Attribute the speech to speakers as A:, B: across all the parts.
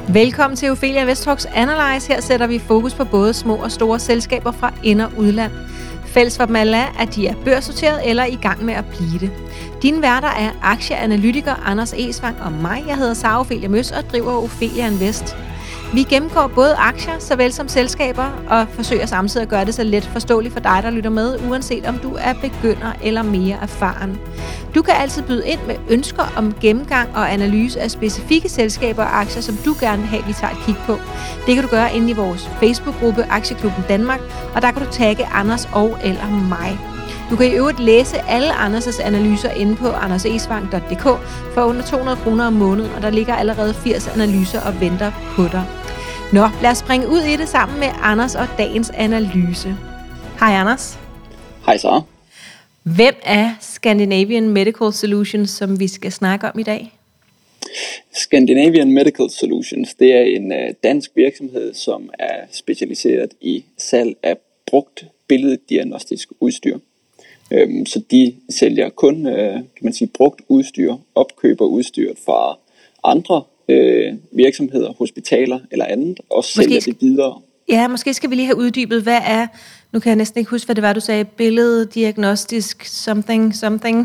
A: Velkommen til Ophelia Invest Talks Analyze. Her sætter vi fokus på både små og store selskaber fra ind- og udland. Fælles for dem alle er, at de er børsnoteret eller i gang med at blive det. Dine værter er aktieanalytiker Anders Egesvang og mig. Jeg hedder Sara Ophelia Møs og driver Ophelia Invest. Vi gennemgår både aktier såvel som selskaber og forsøger samtidig at gøre det så let forståeligt for dig, der lytter med, uanset om du er begynder eller mere erfaren. Du kan altid byde ind med ønsker om gennemgang og analyse af specifikke selskaber og aktier, som du gerne vil have, vi tager et kig på. Det kan du gøre inde i vores Facebook-gruppe Aktieklubben Danmark, og der kan du tagge Anders og eller mig. Du kan i øvrigt læse alle Anders' analyser inde på andersesvang.dk for under 200 kroner om måneden, og der ligger allerede 80 analyser og venter på dig. Nå, lad os springe ud i det sammen med Anders og dagens analyse. Hej Anders.
B: Hej Sara.
A: Hvem er Scandinavian Medical Solutions, som vi skal snakke om i dag?
B: Scandinavian Medical Solutions, det er en dansk virksomhed, som er specialiseret i salg af brugt billeddiagnostisk udstyr. Så de sælger kun kan man sige, brugt udstyr, opkøber udstyret fra andre virksomheder, hospitaler eller andet, og sælger det videre.
A: Ja, måske skal vi lige have uddybet, hvad er, nu kan jeg næsten ikke huske, hvad det var, du sagde, billeddiagnostisk something.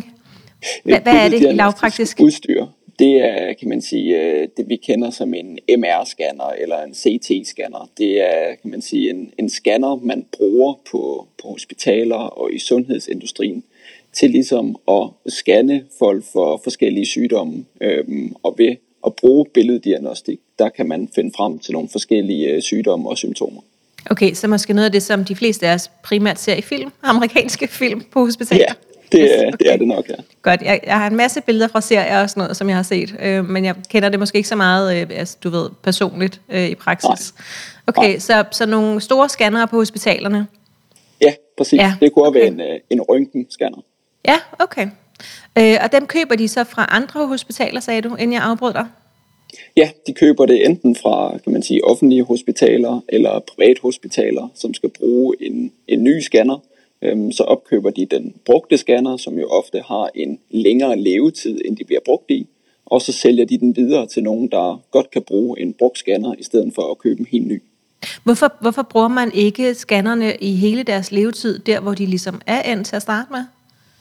A: Hvad er det lavpraktisk?
B: Udstyr, det er, kan man sige, det vi kender som en MR-scanner eller en CT-scanner. Det er, kan man sige, en scanner, man bruger på hospitaler og i sundhedsindustrien til ligesom at scanne folk for forskellige sygdomme. Og ved at bruge billeddiagnostik, der kan man finde frem til nogle forskellige sygdomme og symptomer.
A: Okay, så måske noget af det, som de fleste af os primært ser i film, amerikanske film på hospitaler.
B: Ja. Det er det nok, ja.
A: Godt, jeg har en masse billeder fra serier og sådan noget, som jeg har set, men jeg kender det måske ikke så meget, du ved, personligt i praksis. Nej. Okay, så nogle store scannere på hospitalerne?
B: Ja, præcis. Ja, det kunne også være en røntgenscanner.
A: Ja, okay. Og dem køber de så fra andre hospitaler, sagde du, inden jeg afbrød dig?
B: Ja, de køber det enten fra, kan man sige, offentlige hospitaler eller privathospitaler, som skal bruge en ny scanner. Så opkøber de den brugte scanner, som jo ofte har en længere levetid, end de bliver brugt i. Og så sælger de den videre til nogen, der godt kan bruge en brugt scanner, i stedet for at købe en helt ny.
A: Hvorfor bruger man ikke scannerne i hele deres levetid, der hvor de ligesom er endt til at starte med?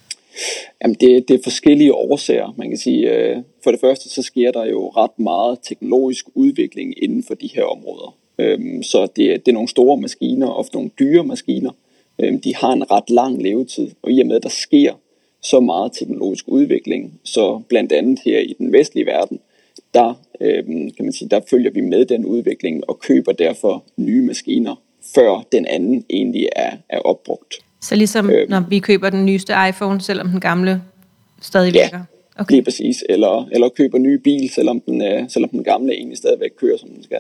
B: Jamen det er forskellige årsager. Man kan sige, for det første så sker der jo ret meget teknologisk udvikling inden for de her områder. Så det er nogle store maskiner, ofte nogle dyre maskiner. De har en ret lang levetid, og i og med, at der sker så meget teknologisk udvikling, så blandt andet her i den vestlige verden, der, kan man sige, der følger vi med den udvikling og køber derfor nye maskiner, før den anden egentlig er opbrugt.
A: Så ligesom når vi køber den nyeste iPhone, selvom den gamle stadig virker?
B: Ja, okay. Lige præcis. Eller køber ny bil, selvom den gamle egentlig stadigvæk kører, som den skal.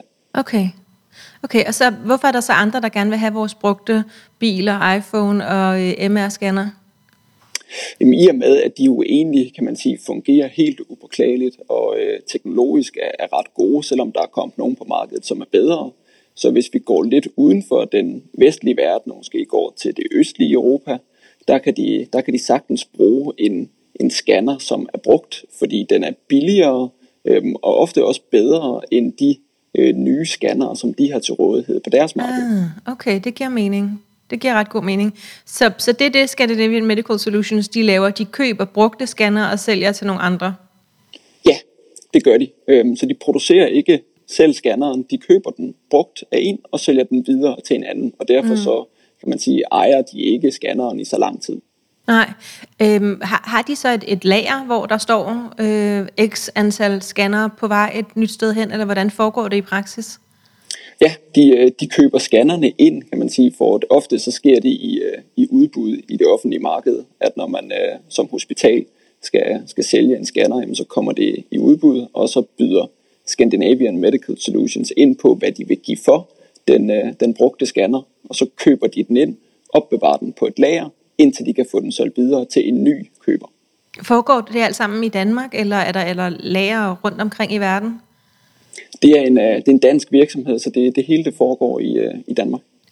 A: Okay, og så hvorfor er der så andre, der gerne vil have vores brugte biler, iPhone og MR-scanner?
B: Jamen, i og med, at de jo egentlig, kan man sige, fungerer helt upåklageligt og teknologisk er ret gode, selvom der er kommet nogen på markedet, som er bedre. Så hvis vi går lidt uden for den vestlige verden, og måske går til det østlige Europa, der kan de sagtens bruge en scanner, som er brugt, fordi den er billigere og ofte også bedre end de nye scannere, som de har til rådighed på deres marked.
A: Okay, det giver mening. Det giver ret god mening. Så det er det, Scandinavian Medical Solutions, de laver. De køber brugte scannere og sælger til nogle andre?
B: Ja, det gør de. Så de producerer ikke selv scanneren. De køber den brugt af en og sælger den videre til en anden. Og derfor så, kan man sige, ejer de ikke scanneren i så lang tid.
A: Nej. Har de så et lager, hvor der står x antal scannere på vej et nyt sted hen, eller hvordan foregår det i praksis?
B: Ja, de køber scannerne ind, kan man sige, for ofte så sker det i udbud i det offentlige marked, at når man som hospital skal sælge en scanner, jamen, så kommer det i udbud, og så byder Scandinavian Medical Solutions ind på, hvad de vil give for den brugte scanner, og så køber de den ind, opbevarer den på et lager, indtil de kan få den solgt videre til en ny køber.
A: Foregår det alt sammen i Danmark, eller er der lager rundt omkring i verden?
B: Det er en dansk virksomhed, så det hele det foregår i Danmark.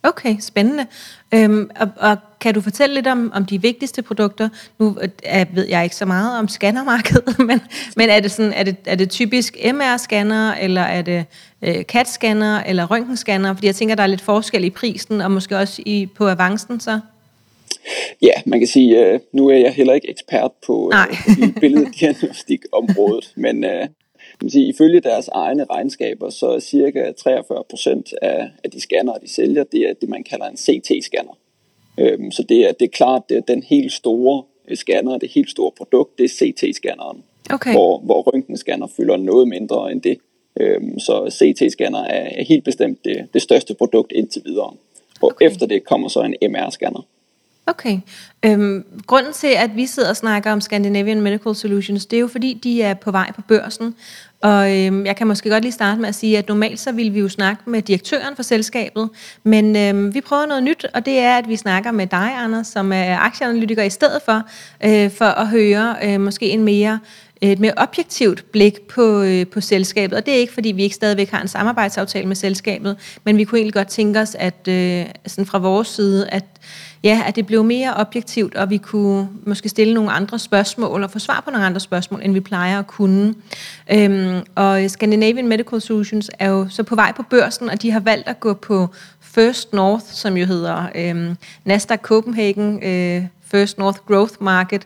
A: Okay, spændende. Og kan du fortælle lidt om de vigtigste produkter? Nu ved jeg ikke så meget om scannermarkedet, men er det typisk MR-scanner, eller er det CAT-scanner, eller røntgenscanner? Fordi jeg tænker, der er lidt forskel i prisen, og måske også på avancen så.
B: Ja, man kan sige, nu er jeg heller ikke ekspert på billeddiagnostikområdet, men man sige, ifølge deres egne regnskaber, så er cirka 43% af de scannere, de sælger, det er det, man kalder en CT-scanner. Så det er klart, det den helt store scanner, det helt store produkt, det er CT-scanneren,
A: okay.
B: hvor røntgenscanner fylder noget mindre end det. Så CT-scanner er helt bestemt det største produkt indtil videre. Og efter det kommer så en MR-scanner.
A: Okay. Grunden til, at vi sidder og snakker om Scandinavian Medical Solutions, det er jo fordi, de er på vej på børsen. Og jeg kan måske godt lige starte med at sige, at normalt så vil vi jo snakke med direktøren for selskabet, men vi prøver noget nyt, og det er, at vi snakker med dig, Anders, som er aktieanalytiker i stedet for at høre måske et mere objektivt blik på selskabet. Og det er ikke, fordi vi ikke stadigvæk har en samarbejdsaftale med selskabet, men vi kunne egentlig godt tænke os, at sådan fra vores side, at det blev mere objektivt, og vi kunne måske stille nogle andre spørgsmål, og få svar på nogle andre spørgsmål, end vi plejer at kunne. Og Scandinavian Medical Solutions er jo så på vej på børsen, og de har valgt at gå på First North, som jo hedder Nasdaq Copenhagen First North Growth Market,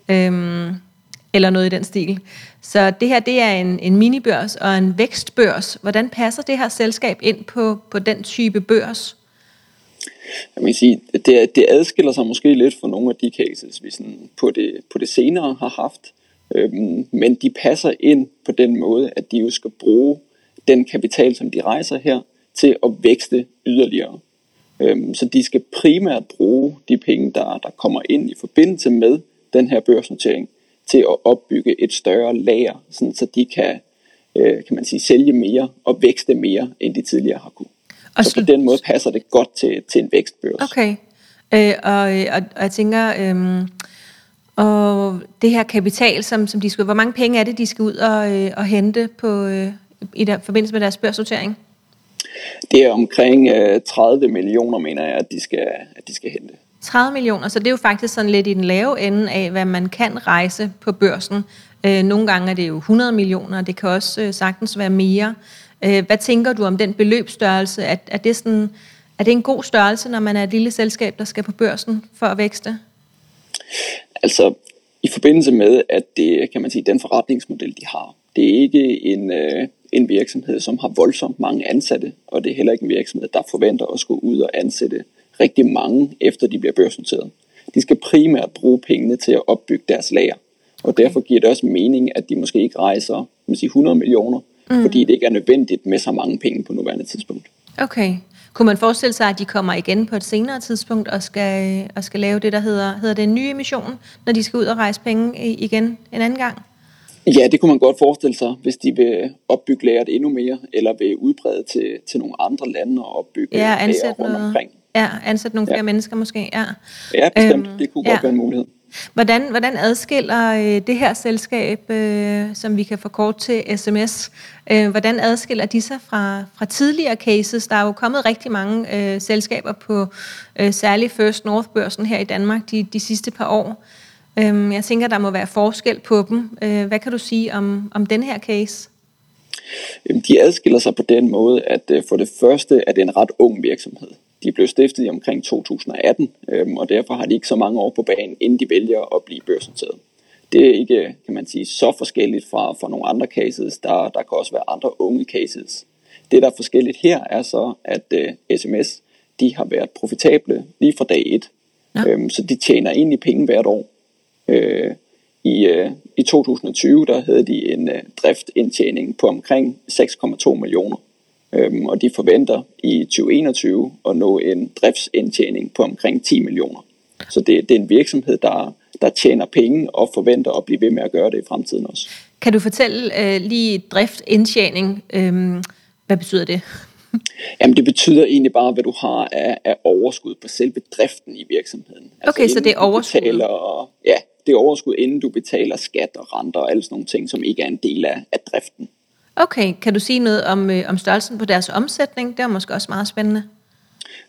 A: eller noget i den stil. Så det her, det er en minibørs og en vækstbørs. Hvordan passer det her selskab ind på den type børs?
B: Jeg vil sige, det adskiller sig måske lidt fra nogle af de cases, vi sådan på det senere har haft. Men de passer ind på den måde, at de jo skal bruge den kapital, som de rejser her, til at vækste yderligere. Så de skal primært bruge de penge, der kommer ind i forbindelse med den her børsnotering, til at opbygge et større lager, sådan så de kan man sige, sælge mere og vækste mere, end de tidligere har kunnet. Så på den måde passer det godt til en vækstbørs.
A: Okay, og jeg tænker, og det her kapital, som de skal, hvor mange penge er det, de skal ud og hente i forbindelse med deres børsnotering?
B: Det er omkring 30 millioner, mener jeg, at de skal hente. 30
A: millioner, så det er jo faktisk sådan lidt i den lave ende af, hvad man kan rejse på børsen. Nogle gange er det jo 100 millioner, det kan også sagtens være mere. Hvad tænker du om den beløbsstørrelse? Er det en god størrelse, når man er et lille selskab, der skal på børsen for at vækste?
B: Altså, i forbindelse med, at det, kan man sige, den forretningsmodel, de har, det er ikke en virksomhed, som har voldsomt mange ansatte, og det er heller ikke en virksomhed, der forventer at skulle ud og ansætte rigtig mange, efter de bliver børsnoteret. De skal primært bruge pengene til at opbygge deres lager, og derfor giver det også mening, at de måske ikke rejser 100 millioner, fordi det ikke er nødvendigt med så mange penge på nuværende tidspunkt.
A: Okay. Kunne man forestille sig, at de kommer igen på et senere tidspunkt og skal lave det, der hedder det en ny emission, når de skal ud og rejse penge igen en anden gang?
B: Ja, det kunne man godt forestille sig, hvis de vil opbygge lageret endnu mere, eller vil udbrede til nogle andre lande og opbygge lager rundt omkring.
A: Ja, ansætte nogle flere mennesker måske.
B: Ja, bestemt. Det kunne godt være en mulighed.
A: Hvordan adskiller det her selskab, som vi kan forkorte til SMS, hvordan adskiller de sig fra tidligere cases? Der er jo kommet rigtig mange selskaber på særligt First North-børsen her i Danmark de sidste par år. Jeg tænker, der må være forskel på dem. Hvad kan du sige om den her case?
B: De adskiller sig på den måde, at for det første er det en ret ung virksomhed. De blev stiftet i omkring 2018, og derfor har de ikke så mange år på banen, inden de vælger at blive børsnoteret. Det er ikke, kan man sige, så forskelligt fra nogle andre cases. Der kan også være andre unge cases. Det, der er forskelligt her, er så, at SMS, de har været profitable lige fra dag 1. Ja. Så de tjener egentlig penge hvert år. I 2020, der havde de en driftindtjening på omkring 6,2 millioner. Og de forventer i 2021 at nå en driftsindtjening på omkring 10 millioner. Så det er en virksomhed, der tjener penge og forventer at blive ved med at gøre det i fremtiden også.
A: Kan du fortælle lige driftsindtjening? Hvad betyder det?
B: Jamen det betyder egentlig bare, hvad du har af overskud på selve driften i virksomheden.
A: Okay, altså, så det er overskud?
B: Det er overskud, inden du betaler skat og renter og alle sådan nogle ting, som ikke er en del af driften.
A: Okay, kan du sige noget om størrelsen på deres omsætning? Det er måske også meget spændende.
B: Ja,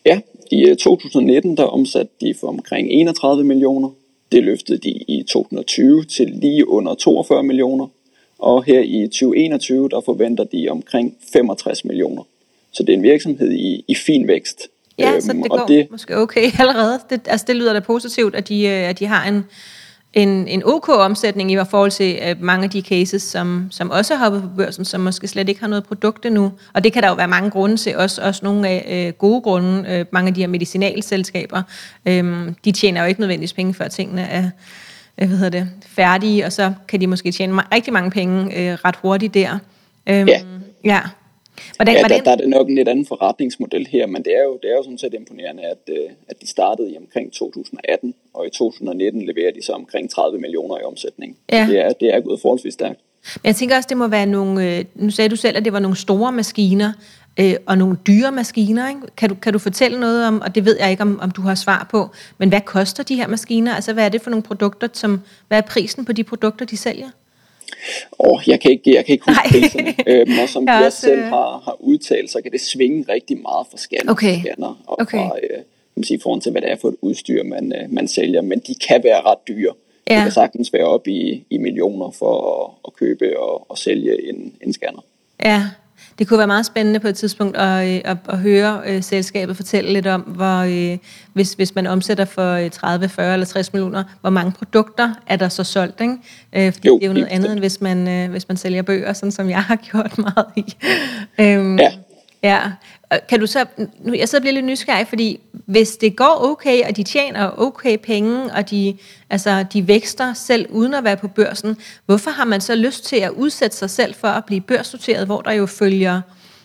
B: I 2019 der omsatte de for omkring 31 millioner. Det løftede de i 2020 til lige under 42 millioner. Og her i 2021 der forventer de omkring 65 millioner. Så det er en virksomhed i fin vækst.
A: Ja, så det går måske okay allerede. Det lyder da positivt, at de har en OK omsætning i forhold til mange af de cases, som også har hoppet på børsen, som måske slet ikke har noget produkt endnu. Og det kan der jo være mange grunde til, også nogle af gode grunde. Mange af de her medicinalselskaber, de tjener jo ikke nødvendigvis penge, før tingene er færdige, og så kan de måske tjene rigtig mange penge ret hurtigt der. Ja.
B: Der er det nok en lidt anden forretningsmodel her, men det er jo sådan set imponerende, at de startede i omkring 2018, og i 2019 leverer de så omkring 30 millioner i omsætning. Ja. Det er gået forholdsvis stærkt.
A: Men jeg tænker også, det må være nogle, nu sagde du selv, at det var nogle store maskiner, og nogle dyre maskiner, ikke? Kan du fortælle noget om, og det ved jeg ikke, om du har svar på, men hvad koster de her maskiner? Altså, hvad er det for nogle produkter, hvad er prisen på de produkter, de sælger?
B: Jeg kan ikke huske priserne. Og som jeg selv har udtalt, så kan det svinge rigtig meget fra scanner til scanner, og fra i forhold til, hvad det er for et udstyr, man sælger. Men de kan være ret dyre. Det kan sagtens være op i millioner for at købe og sælge en scanner.
A: Ja, det kunne være meget spændende på et tidspunkt at høre selskabet fortælle lidt om, hvis man omsætter for 30, 40 eller 60 millioner, hvor mange produkter er der så solgt, ikke? Fordi det er jo noget andet, end hvis man sælger bøger, sådan som jeg har gjort meget i. Ja. Kan du så, nu jeg sidder og bliver lidt nysgerrig, fordi hvis det går okay, og de tjener okay penge, og de vækster selv uden at være på børsen, hvorfor har man så lyst til at udsætte sig selv for at blive børsnoteret, hvor der jo følger,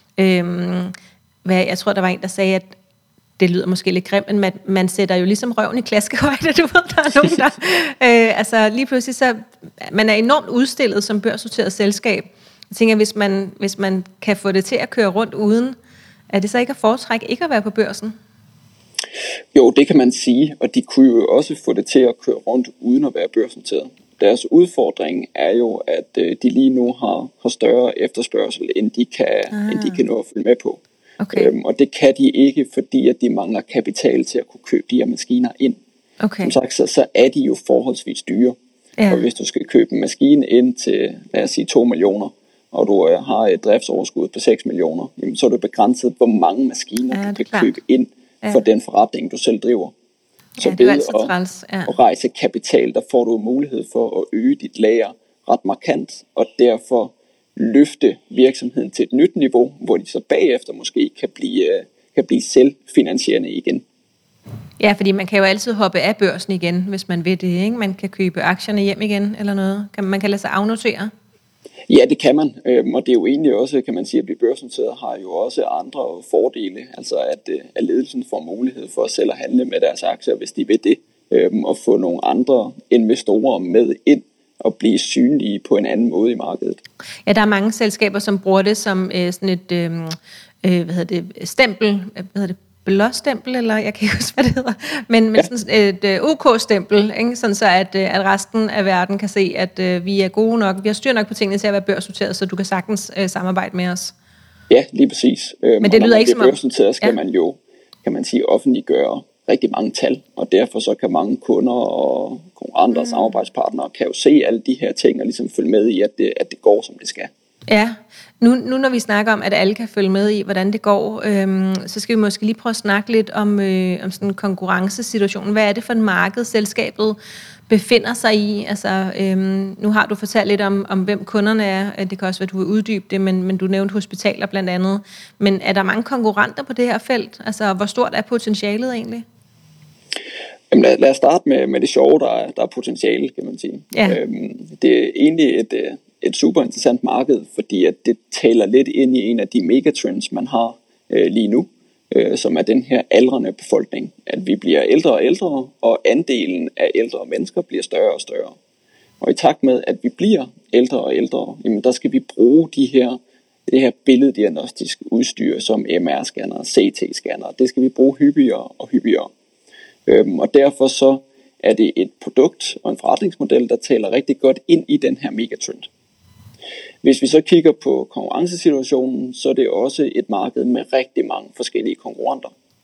A: jeg tror der var en, der sagde, at det lyder måske lidt grimt, men man sætter jo ligesom røven i klaskehøjde, du ved, der er nogen, der lige pludselig så, man er enormt udstillet som børsnoteret selskab. Jeg tænker, hvis man kan få det til at køre rundt uden, er det så ikke at foretrække ikke at være på børsen?
B: Jo, det kan man sige, og de kunne jo også få det til at køre rundt uden at være børsnoteret. Deres udfordring er jo, at de lige nu har større efterspørgsel, end de kan nå at følge med på. Okay. Og det kan de ikke, fordi at de mangler kapital til at kunne købe de her maskiner ind. Okay. Som sagt, så er de jo forholdsvis dyre. Ja. Og hvis du skal købe en maskine ind til, lad os sige, 2 millioner, og du har et driftsoverskud på 6 millioner, jamen, så er du begrænset, hvor mange maskiner du kan købe ind for den forretning, du selv driver. Så ved at rejse kapital, der får du mulighed for at øge dit lager ret markant, og derfor løfte virksomheden til et nyt niveau, hvor de så bagefter måske kan blive selvfinansierende igen.
A: Ja, fordi man kan jo altid hoppe af børsen igen, hvis man vil det, ikke? Man kan købe aktierne hjem igen eller noget. Man kan lade sig afnotere.
B: Ja, det kan man, og det er jo egentlig også, kan man sige, at blive børsnoteret har jo også andre fordele, altså at ledelsen får mulighed for at selv at handle med deres aktier, hvis de vil det, og få nogle andre investorer med ind og blive synlige på en anden måde i markedet.
A: Ja, der er mange selskaber, som bruger det som sådan et stempel, blåstempel, eller jeg kan ikke huske, hvad det hedder, men sådan et OK-stempel, ikke? Sådan så at resten af verden kan se, at vi er gode nok, vi har styr nok på tingene til at være børsnoteret, så du kan sagtens samarbejde med os.
B: Ja, lige præcis.
A: Men det lyder ikke som om...
B: børsnoteret skal man jo, kan man sige, offentliggøre rigtig mange tal, og derfor så kan mange kunder og konkurrenter og samarbejdspartnere kan jo se alle de her ting og ligesom følge med i, at det går, som det skal. Ja,
A: nu når vi snakker om, at alle kan følge med i, hvordan det går, så skal vi måske lige prøve at snakke lidt om sådan en konkurrencesituation. Hvad er det for en marked, selskabet befinder sig i? Altså, nu har du fortalt lidt om hvem kunderne er. Det kan også være, du vil uddybe det, men du nævnte hospitaler blandt andet. Men er der mange konkurrenter på det her felt? Altså, hvor stort er potentialet egentlig?
B: Jamen, lad os starte med det sjove, der er potentiale, kan man sige. Ja. Det er egentlig et super interessant marked, fordi at det taler lidt ind i en af de megatrends, man har lige nu, som er den her aldrende befolkning. At vi bliver ældre og ældre, og andelen af ældre mennesker bliver større og større. Og i takt med, at vi bliver ældre og ældre, jamen der skal vi bruge det her billeddiagnostisk udstyr, som MR-scanner, CT-scanner. Det skal vi bruge hyppigere og hyppigere. Og derfor så er det et produkt og en forretningsmodel, der taler rigtig godt ind i den her megatrend. Hvis vi så kigger på konkurrencesituationen, så er det også et marked med rigtig mange forskellige konkurrenter.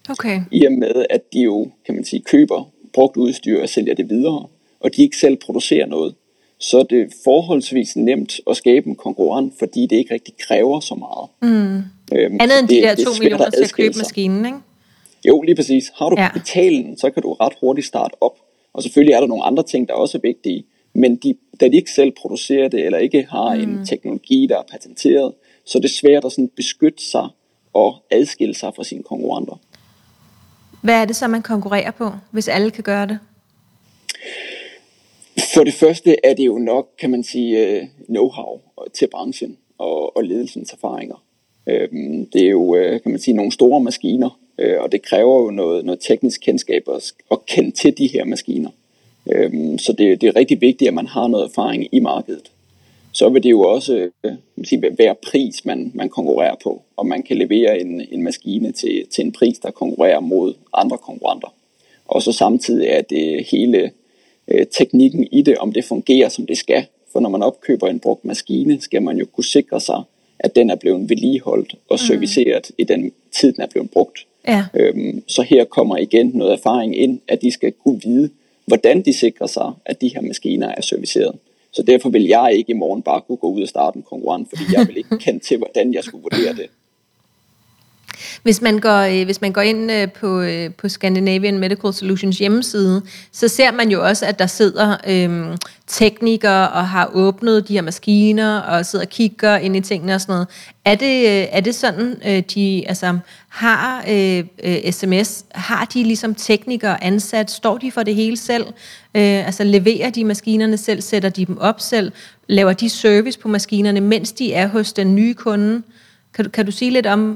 A: Okay.
B: I og med, at de jo, kan man sige, køber brugt udstyr og sælger det videre, og de ikke selv producerer noget, så er det forholdsvis nemt at skabe en konkurrent, fordi det ikke rigtig kræver så meget.
A: Andet end de der 2 millioner til at købe maskinen, ikke?
B: Jo, lige præcis. Har du kapitalen, så kan du ret hurtigt starte op. Og selvfølgelig er der nogle andre ting, der også er vigtige, men da de ikke selv producerer det, eller ikke har en teknologi, der er patenteret, så er det svært at sådan beskytte sig og adskille sig fra sine konkurrenter.
A: Hvad er det så, man konkurrerer på, hvis alle kan gøre det?
B: For det første er det jo nok, kan man sige, know-how til branchen og ledelsens erfaringer. Det er jo, kan man sige, nogle store maskiner, og det kræver jo noget teknisk kendskab at kende til de her maskiner. Så det er rigtig vigtigt, at man har noget erfaring i markedet. Så vil det jo også være pris, man konkurrerer på, og man kan levere en maskine til en pris, der konkurrerer mod andre konkurrenter. Og så samtidig er det hele teknikken i det, om det fungerer, som det skal. For når man opkøber en brugt maskine, skal man jo kunne sikre sig, at den er blevet vedligeholdt og serviceret i den tid, den er blevet brugt.
A: Ja.
B: Så her kommer igen noget erfaring ind, at de skal kunne vide, hvordan de sikrer sig, at de her maskiner er serviceret. Så derfor vil jeg ikke i morgen bare kunne gå ud og starte en konkurrent, fordi jeg vil ikke kende til, hvordan jeg skulle vurdere det.
A: Hvis man går ind på Scandinavian Medical Solutions hjemmeside, så ser man jo også, at der sidder teknikere og har åbnet de her maskiner og sidder og kigger ind i tingene og sådan noget. Er det sådan, de har SMS, har de ligesom teknikere ansat, står de for det hele selv, leverer de maskinerne selv, sætter de dem op selv, laver de service på maskinerne, mens de er hos den nye kunde? Kan du sige lidt om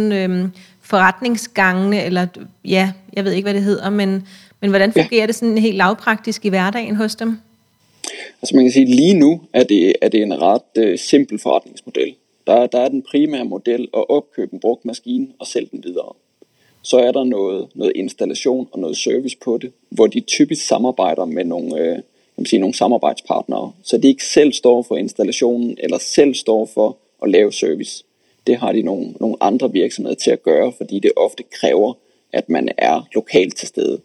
A: forretningsgangene, eller ja, jeg ved ikke, hvad det hedder, men hvordan fungerer det sådan helt lavpraktisk i hverdagen hos dem?
B: Altså man kan sige, lige nu er det en ret simpel forretningsmodel. Der er den primære model at opkøbe en brugt maskine og sælge den videre. Så er der noget installation og noget service på det, hvor de typisk samarbejder med nogle samarbejdspartnere, så de ikke selv står for installationen eller selv står for at lave service. Det har de nogle andre virksomheder til at gøre, fordi det ofte kræver, at man er lokalt til stede.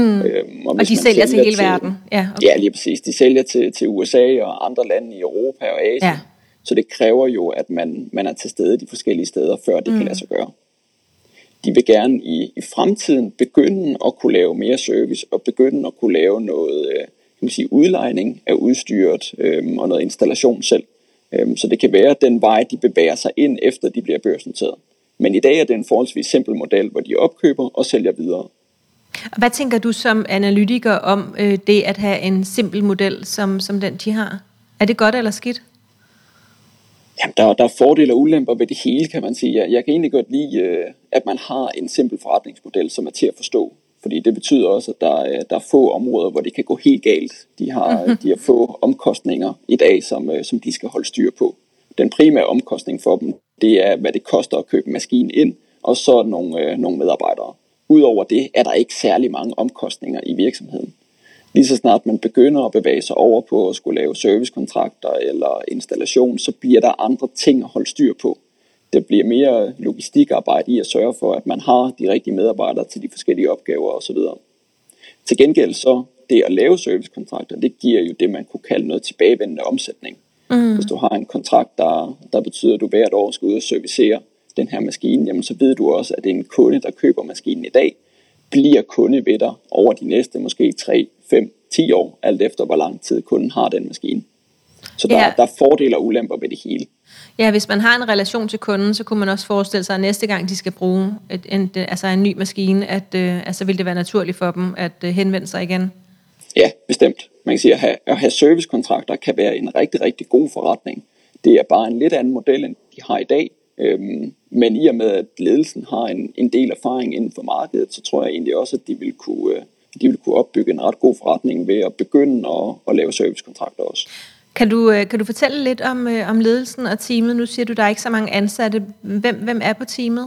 A: Og de sælger til hele verden?
B: Ja, okay. Ja, lige præcis. De sælger til USA og andre lande i Europa og Asien. Ja. Så det kræver jo, at man er til stede de forskellige steder, før det kan lade sig gøre. De vil gerne i fremtiden begynde at kunne lave mere service, og begynde at kunne lave noget udlejning af udstyret og noget installation selv. Så det kan være den vej, de bevæger sig ind, efter de bliver børsnoteret. Men i dag er det en forholdsvis simpel model, hvor de opkøber og sælger videre.
A: Og hvad tænker du som analytiker om det at have en simpel model, som den de har? Er det godt eller skidt?
B: Jamen, der er fordele og ulemper ved det hele, kan man sige. Jeg kan egentlig godt lide, at man har en simpel forretningsmodel, som er til at forstå. Fordi det betyder også, at der er få områder, hvor det kan gå helt galt. De har få omkostninger i dag, som de skal holde styr på. Den primære omkostning for dem, det er, hvad det koster at købe maskinen ind, og så nogle medarbejdere. Udover det er der ikke særlig mange omkostninger i virksomheden. Lige så snart man begynder at bevæge sig over på at skulle lave servicekontrakter eller installation, så bliver der andre ting at holde styr på. Det bliver mere logistikarbejde i at sørge for, at man har de rigtige medarbejdere til de forskellige opgaver osv. Til gengæld så det at lave servicekontrakter, det giver jo det, man kunne kalde noget tilbagevendende omsætning. Hvis du har en kontrakt, der betyder, at du hvert år skal ud og servicere den her maskine, jamen så ved du også, at det er en kunde, der køber maskinen i dag, bliver kunde ved dig over de næste måske 3, 5, 10 år, alt efter hvor lang tid kunden har den maskine. Så der er fordele og ulemper ved det hele.
A: Ja, hvis man har en relation til kunden, så kunne man også forestille sig, at næste gang de skal bruge en ny maskine, så vil det være naturligt for dem at henvende sig igen.
B: Ja, bestemt. Man kan sige, at have servicekontrakter kan være en rigtig, rigtig god forretning. Det er bare en lidt anden model, end de har i dag. Men i og med, at ledelsen har en del erfaring inden for markedet, så tror jeg egentlig også, at de vil kunne opbygge en ret god forretning ved at begynde at lave servicekontrakter også.
A: Kan du fortælle lidt om ledelsen og teamet? Nu siger du, der er ikke så mange ansatte. Hvem er på teamet?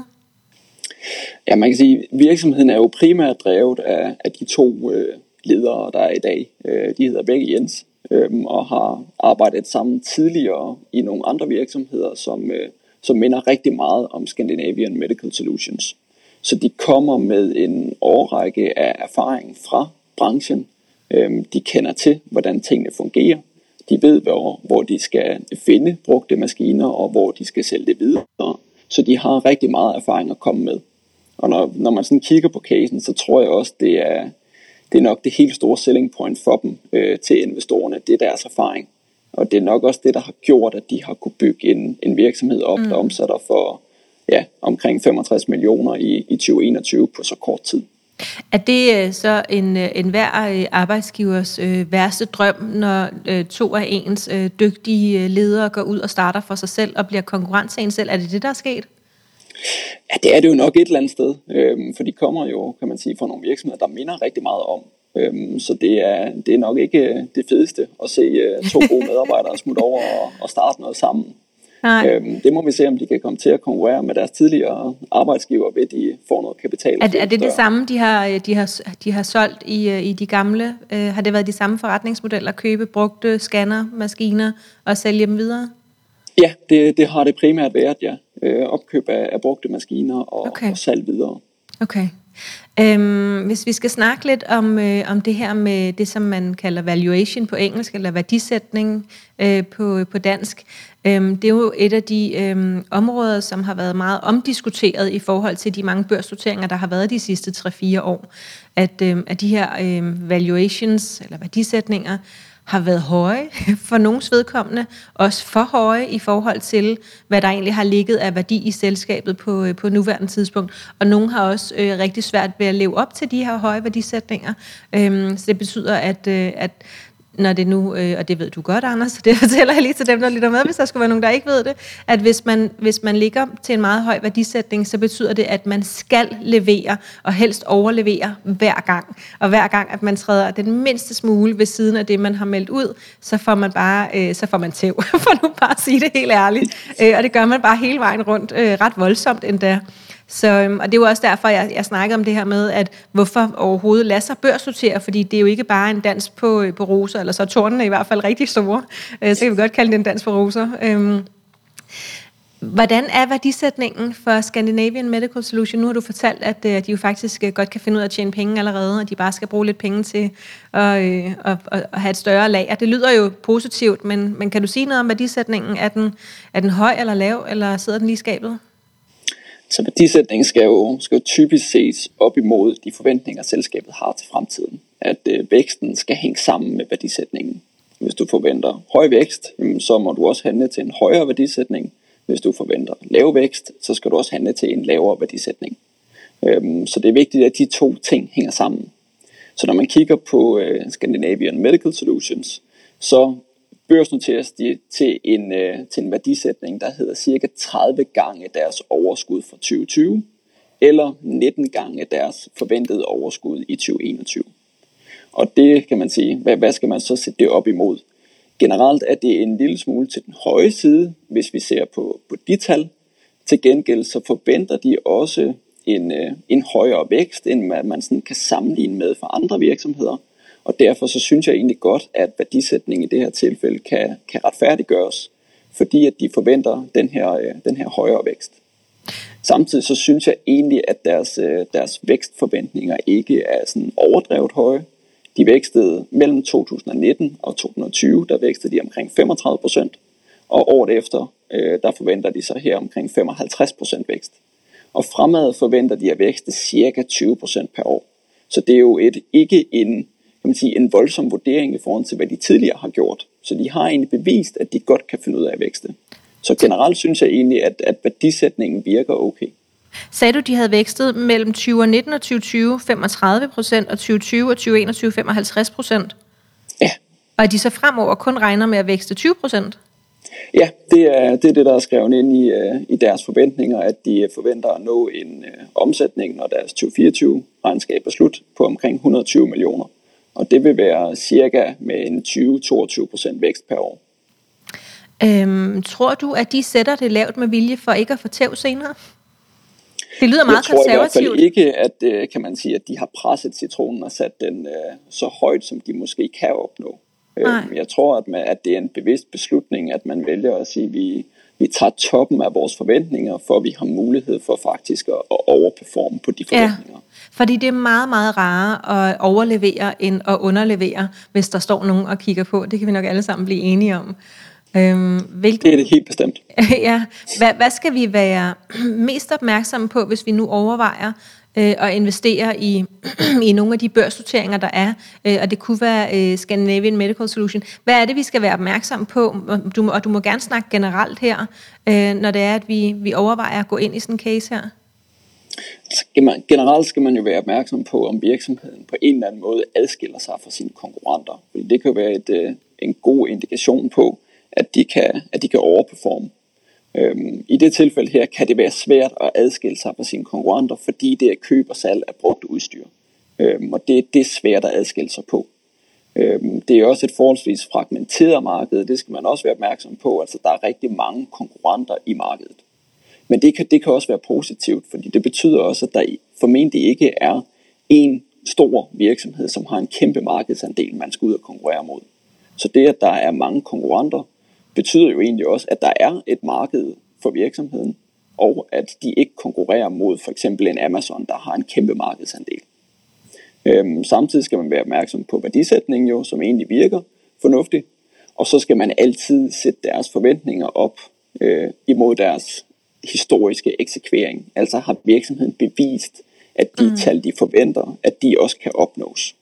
B: Ja, man kan sige, at virksomheden er jo primært drevet af de to ledere, der er i dag. De hedder begge Jens og har arbejdet sammen tidligere i nogle andre virksomheder, som minder rigtig meget om Scandinavian Medical Solutions. Så de kommer med en årrække af erfaring fra branchen. De kender til, hvordan tingene fungerer. De ved, hvor de skal finde brugte maskiner, og hvor de skal sælge det videre. Så de har rigtig meget erfaring at komme med. Og når man sådan kigger på casen, så tror jeg også, det er nok det helt store selling point for dem til investorerne. Det er deres erfaring. Og det er nok også det, der har gjort, at de har kunne bygge en virksomhed op, der omsætter for omkring 65 millioner i 2021 på så kort tid.
A: Er det så en hver arbejdsgivers værste drøm, når to af ens dygtige ledere går ud og starter for sig selv og bliver konkurrent til en selv? Er det det, der er sket?
B: Ja, det er det jo nok et eller andet sted, for de kommer jo, kan man sige, fra nogle virksomheder, der minder rigtig meget om. Så det er nok ikke det fedeste at se to gode medarbejdere smutte over og starte noget sammen. Det må vi se, om de kan komme til at konkurrere med deres tidligere arbejdsgiver, ved de får noget kapital.
A: Er det det samme, de har solgt i de gamle? Har det været de samme forretningsmodeller, at købe brugte scanner, maskiner og sælge dem videre?
B: Ja, det har det primært været, ja. Opkøb af brugte maskiner og salg videre.
A: Okay. Hvis vi skal snakke lidt om det her med det, som man kalder valuation på engelsk, eller værdisætning på dansk. Det er jo et af de områder, som har været meget omdiskuteret i forhold til de mange børsnoteringer, der har været de sidste 3-4 år. At de her valuations, eller værdisætninger, har været høje for nogens vedkommende, også for høje i forhold til, hvad der egentlig har ligget af værdi i selskabet på nuværende tidspunkt. Og nogen har også rigtig svært ved at leve op til de her høje værdisætninger. Så det betyder, at når det nu, og det ved du godt, Anders, så det fortæller jeg lige til dem, der lytter med, hvis der skulle være nogen, der ikke ved det, at hvis man ligger til en meget høj værdisætning, så betyder det, at man skal levere, og helst overlevere hver gang. Og hver gang, at man træder den mindste smule ved siden af det, man har meldt ud, så får man tæv, for nu bare at sige det helt ærligt. Og det gør man bare hele vejen rundt, ret voldsomt endda. Så, og det er jo også derfor, jeg snakker om det her med, at hvorfor overhovedet lade sig børsnotere, fordi det er jo ikke bare en dans på roser, eller så er tårnene i hvert fald rigtig store, så kan vi godt kalde det en dans på roser. Hvordan er værdisætningen for Scandinavian Medical Solution? Nu har du fortalt, at de jo faktisk godt kan finde ud af at tjene penge allerede, og de bare skal bruge lidt penge til at have et større lager. Det lyder jo positivt, men kan du sige noget om værdisætningen? Er den høj eller lav, eller sidder den lige i skabet?
B: Så værdisætningen skal jo typisk ses op imod de forventninger, selskabet har til fremtiden. At væksten skal hænge sammen med værdisætningen. Hvis du forventer høj vækst, så må du også handle til en højere værdisætning. Hvis du forventer lav vækst, så skal du også handle til en lavere værdisætning. Så det er vigtigt, at de to ting hænger sammen. Så når man kigger på Scandinavian Medical Solutions, så børsnoteres de til en værdisætning, der hedder cirka 30 gange deres overskud fra 2020, eller 19 gange deres forventede overskud i 2021. Og det kan man sige, hvad skal man så sætte det op imod? Generelt er det en lille smule til den høje side, hvis vi ser på de tal. Til gengæld så forventer de også en højere vækst, end man sådan kan sammenligne med for andre virksomheder. Og derfor så synes jeg egentlig godt, at værdisætningen i det her tilfælde kan retfærdiggøres, fordi at de forventer den her højere vækst. Samtidig så synes jeg egentlig, at deres vækstforventninger ikke er sådan overdrevet høje. De vækstede mellem 2019 og 2020, der vækstede de omkring 35%, og året efter, der forventer de så her omkring 55% vækst. Og fremad forventer de at vækste cirka 20% per år. Så det er jo ikke en voldsom vurdering i forhold til, hvad de tidligere har gjort. Så de har egentlig bevist, at de godt kan finde ud af at vækste. Så generelt synes jeg egentlig, at værdisætningen virker okay.
A: Sagde du, de havde vækstet mellem 2019 og 2020 35%, og 2020 og 2021 55%?
B: Ja.
A: Og at de så fremover kun regner med at vækste 20%?
B: Ja, det er det, der er skrevet ind i deres forventninger, at de forventer at nå en omsætning, når deres 2024-regnskab er slut, på omkring 120 millioner. Og det vil være cirka med en 20-22% vækst per år.
A: Tror du, at de sætter det lavt med vilje for ikke at få tæv senere? Det lyder meget konservativt. Jeg tror i hvert fald ikke, at kan man sige, at de har presset citronen og sat den så højt, som de måske kan opnå. Jeg tror, at det er en bevidst beslutning, at man vælger at sige, at
B: vi tager toppen af vores forventninger, for vi har mulighed for faktisk at overperforme på de forventninger.
A: Ja, fordi det er meget, meget rarere at overlevere end at underlevere, hvis der står nogen og kigger på. Det kan vi nok alle sammen blive enige om.
B: Det er det helt bestemt.
A: Ja. Hvad skal vi være mest opmærksomme på, hvis vi nu overvejer at investere i nogle af de børsnoteringer, der er, og det kunne være Scandinavian Medical Solution. Hvad er det, vi skal være opmærksomme på? Og du må gerne snakke generelt her, når det er, at vi overvejer at gå ind i sådan en case her.
B: Generelt skal man jo være opmærksom på, om virksomheden på en eller anden måde adskiller sig fra sine konkurrenter. Fordi det kan jo være en god indikation på, at de kan overperforme. I det tilfælde her kan det være svært at adskille sig fra sine konkurrenter, fordi det er køb og salg af brugt udstyr. Og det er svært at adskille sig på. Det er også et forholdsvis fragmenteret marked, det skal man også være opmærksom på. Altså der er rigtig mange konkurrenter i markedet. Men det kan også være positivt, fordi det betyder også, at der formentlig ikke er en stor virksomhed, som har en kæmpe markedsandel, man skal ud og konkurrere mod. Så det, at der er mange konkurrenter, betyder jo egentlig også, at der er et marked for virksomheden, og at de ikke konkurrerer mod for eksempel en Amazon, der har en kæmpe markedsandel. Samtidig skal man være opmærksom på værdisætningen jo, som egentlig virker fornuftigt, og så skal man altid sætte deres forventninger op imod deres historiske eksekvering. Altså har virksomheden bevist, at de tal, de forventer, at de også kan opnås.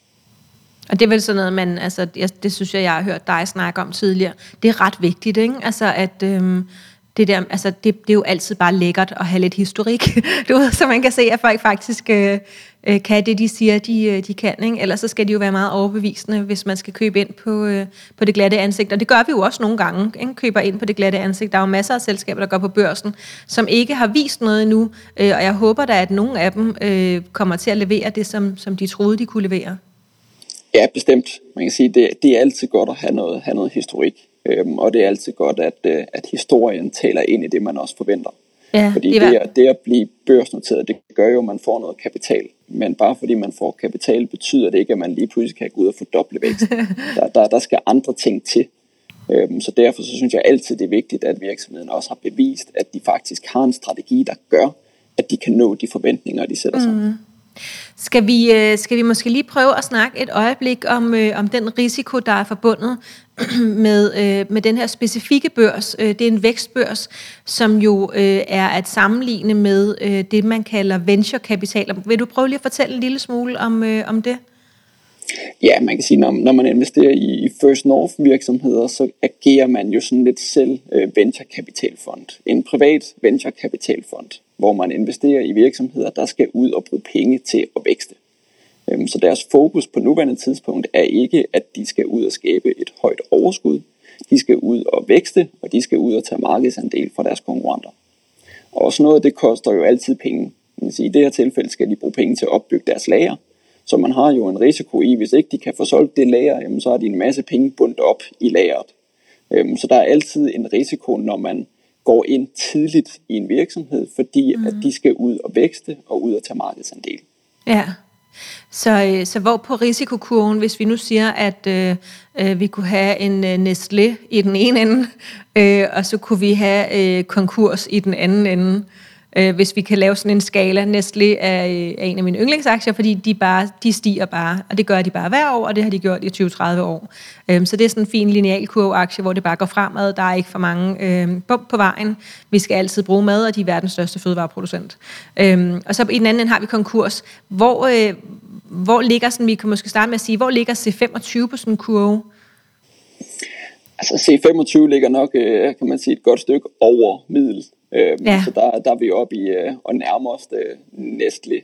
A: Og det er vel sådan noget, det synes jeg har hørt dig snakke om tidligere. Det er ret vigtigt, ikke? Altså, at det er jo altid bare lækkert at have lidt historik, så man kan se, at folk faktisk kan det, de siger, de kan, ikke? Ellers så skal de jo være meget overbevisende, hvis man skal købe ind på det glatte ansigt. Og det gør vi jo også nogle gange, ikke? Køber ind på det glatte ansigt. Der er jo masser af selskaber, der går på børsen, som ikke har vist noget endnu. Og jeg håber da, at nogle af dem kommer til at levere det, som de troede, de kunne levere.
B: Ja, bestemt. Man kan sige, det er altid godt at have noget historik. Og det er altid godt, at historien taler ind i det, man også forventer. Ja, fordi det at blive børsnoteret, det gør jo, at man får noget kapital. Men bare fordi man får kapital, betyder det ikke, at man lige pludselig kan gå ud og fordoble væksten. Der skal andre ting til. Så derfor så synes jeg altid, det er vigtigt, at virksomheden også har bevist, at de faktisk har en strategi, der gør, at de kan nå de forventninger, de sætter sig.
A: Skal vi måske lige prøve at snakke et øjeblik om den risiko, der er forbundet med den her specifikke børs. Det er en vækstbørs, som jo er at sammenligne med det, man kalder venturekapital. Vil du prøve lige at fortælle en lille smule om det?
B: Ja, man kan sige, når man investerer i First North virksomheder, så agerer man jo sådan lidt selv venturekapitalfond. En privat venturekapitalfond, hvor man investerer i virksomheder, der skal ud og bruge penge til at vækste. Så deres fokus på nuværende tidspunkt er ikke, at de skal ud og skabe et højt overskud. De skal ud og vækste, og de skal ud og tage markedsandel fra deres konkurrenter. Og sådan noget, det koster jo altid penge. I det her tilfælde skal de bruge penge til at opbygge deres lager. Så man har jo en risiko i, hvis ikke de kan få solgt det lager, jamen så har de en masse penge bundet op i lageret. Så der er altid en risiko, når man går ind tidligt i en virksomhed, fordi at de skal ud og vækste og ud og tage markedsandel.
A: Ja, så hvor på risikokurven, hvis vi nu siger, at vi kunne have en Nestlé i den ene ende, og så kunne vi have konkurs i den anden ende, hvis vi kan lave sådan en skala. Nestlé er en af mine yndlingsaktier, fordi de stiger bare, og det gør de bare hver år, og det har de gjort i 20-30 år. Så det er sådan en fin linealkurve-aktie, hvor det bare går fremad. Der er ikke for mange bump på vejen. Vi skal altid bruge mad, og de er verdens største fødevareproducent. Og så i den anden ende har vi konkurs. Hvor ligger sådan, vi kan måske starte med at sige, hvor ligger C25 på sådan en kurve?
B: Altså C25 ligger nok, kan man sige, et godt stykke over middel. Ja. Så der er vi oppe i og nærmest Nestlé,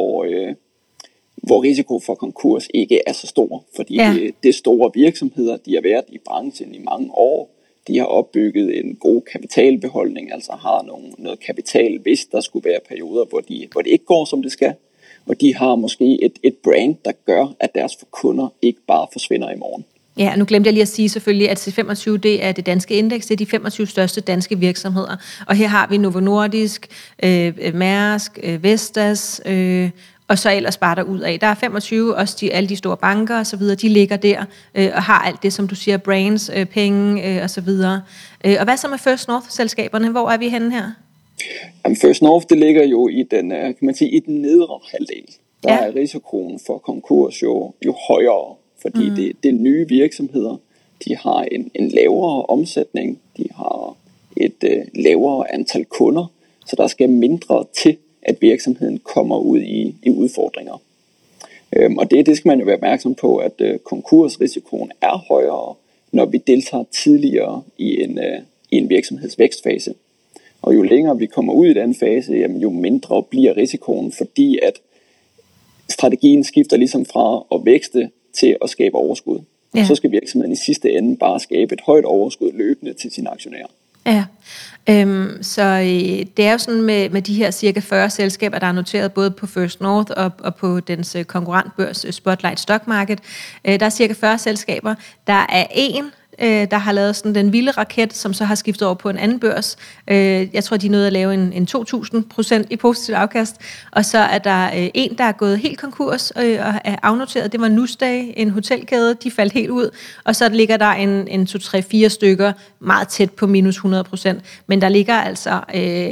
B: hvor risiko for konkurs ikke er så stor, fordi det er store virksomheder, de har været i branchen i mange år. De har opbygget en god kapitalbeholdning, altså har noget kapital, hvis der skulle være perioder, hvor det ikke går, som det skal. Og de har måske et brand, der gør, at deres kunder ikke bare forsvinder i morgen.
A: Ja, nu glemte jeg lige at sige selvfølgelig, at C25, det er det danske indeks, det er de 25 største danske virksomheder. Og her har vi Novo Nordisk, Mærsk, Vestas og så ellers bare derudad. Der er 25, også alle de store banker og så videre, de ligger der og har alt det, som du siger, brands, penge og så videre. Og hvad så med First North-selskaberne? Hvor er vi henne her?
B: Jamen, First North, det ligger jo i den, kan man sige, i den nedre halvdel. Der er risikoen for konkurs jo højere, fordi det er nye virksomheder. De har en lavere omsætning, de har et lavere antal kunder, så der skal mindre til, at virksomheden kommer ud i udfordringer. Og det skal man jo være opmærksom på, at konkursrisikoen er højere, når vi deltager tidligere i en virksomheds vækstfase. Og jo længere vi kommer ud i den fase, jamen, jo mindre bliver risikoen, fordi at strategien skifter ligesom fra at vækste til at skabe overskud. Ja. Så skal virksomheden i sidste ende bare skabe et højt overskud løbende til sine aktionærer.
A: Ja, så det er jo sådan med de her cirka 40 selskaber, der er noteret både på First North og på dens konkurrentbørs Spotlight Stock Market. Der er cirka 40 selskaber. Der er en, der har lavet sådan den vilde raket, som så har skiftet over på en anden børs. Jeg tror, de nåede at lave en 2000% i positivt afkast. Og så er der en, der er gået helt konkurs og er afnoteret. Det var Nusdag, en hotelkæde. De faldt helt ud. Og så ligger der en 2-3-4 stykker meget tæt på minus 100%. Men der ligger altså,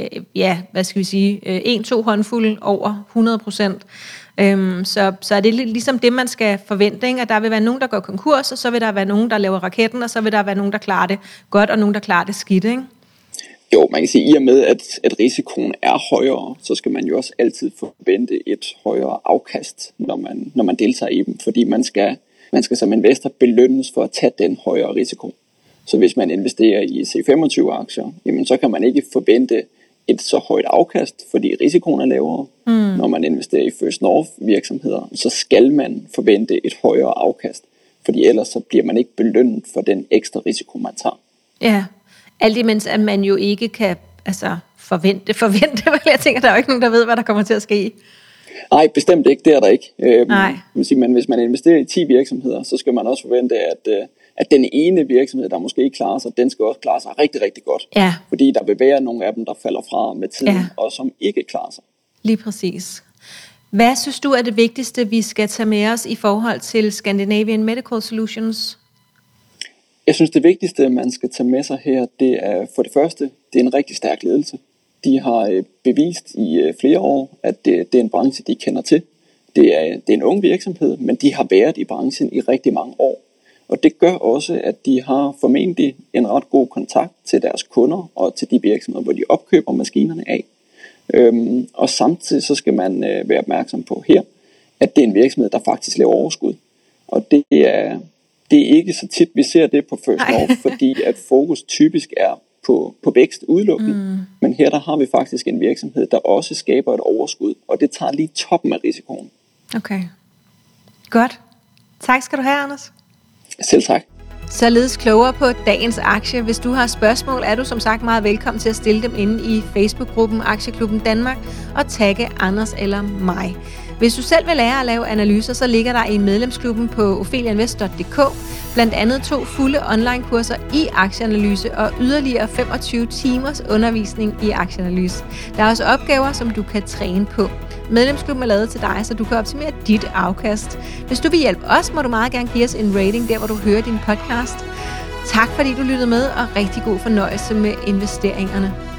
A: 1-2 håndfulde over 100%. Så er det ligesom det, man skal forvente, ikke? At der vil være nogen, der går konkurs, og så vil der være nogen, der laver raketten, og så vil der være nogen, der klarer det godt, og nogen, der klarer det skidt, ikke?
B: Jo, man kan sige, at i og med, at risikoen er højere, så skal man jo også altid forvente et højere afkast, når man deltager i dem, fordi man skal som investor belønnes for at tage den højere risiko. Så hvis man investerer i C25-aktier, jamen så kan man ikke forvente et så højt afkast, fordi risikoen er lavere. Når man investerer i First North virksomheder, så skal man forvente et højere afkast, fordi ellers så bliver man ikke belønnet for den ekstra risiko, man tager. Ja,
A: alt imens at man jo ikke kan forvente, jeg tænker, der er jo ikke nogen, der ved, hvad der kommer til at ske.
B: Nej, bestemt ikke, det er der ikke. Men hvis man investerer i 10 virksomheder, så skal man også forvente, at den ene virksomhed, der måske ikke klarer sig, den skal også klare sig rigtig, rigtig godt.
A: Ja.
B: Fordi der vil være nogle af dem, der falder fra med tiden, og som ikke klarer sig.
A: Lige præcis. Hvad synes du er det vigtigste, vi skal tage med os i forhold til Scandinavian Medical Solutions?
B: Jeg synes, det vigtigste, man skal tage med sig her, det er for det første, det er en rigtig stærk ledelse. De har bevist i flere år, at det er en branche, de kender til. Det er en ung virksomhed, men de har været i branchen i rigtig mange år. Og det gør også, at de har formentlig en ret god kontakt til deres kunder og til de virksomheder, hvor de opkøber maskinerne af. Og samtidig så skal man være opmærksom på her, at det er en virksomhed, der faktisk laver overskud. Og det er ikke så tit, vi ser det på First North, fordi at fokus typisk er på vækst udelukkende. Men her der har vi faktisk en virksomhed, der også skaber et overskud, og det tager lige toppen af risikoen.
A: Okay. Godt. Tak skal du have, Anders.
B: Selv tak.
A: Således klogere på dagens aktie. Hvis du har spørgsmål, er du som sagt meget velkommen til at stille dem inde i Facebook-gruppen Aktieklubben Danmark og tagge Anders eller mig. Hvis du selv vil lære at lave analyser, så ligger der i medlemsklubben på opheliainvest.dk blandt andet 2 fulde online-kurser i aktieanalyse og yderligere 25 timers undervisning i aktieanalyse. Der er også opgaver, som du kan træne på. Medlemsklubben er lavet til dig, så du kan optimere dit afkast. Hvis du vil hjælpe os, må du meget gerne give os en rating der, hvor du hører din podcast. Tak fordi du lyttede med, og rigtig god fornøjelse med investeringerne.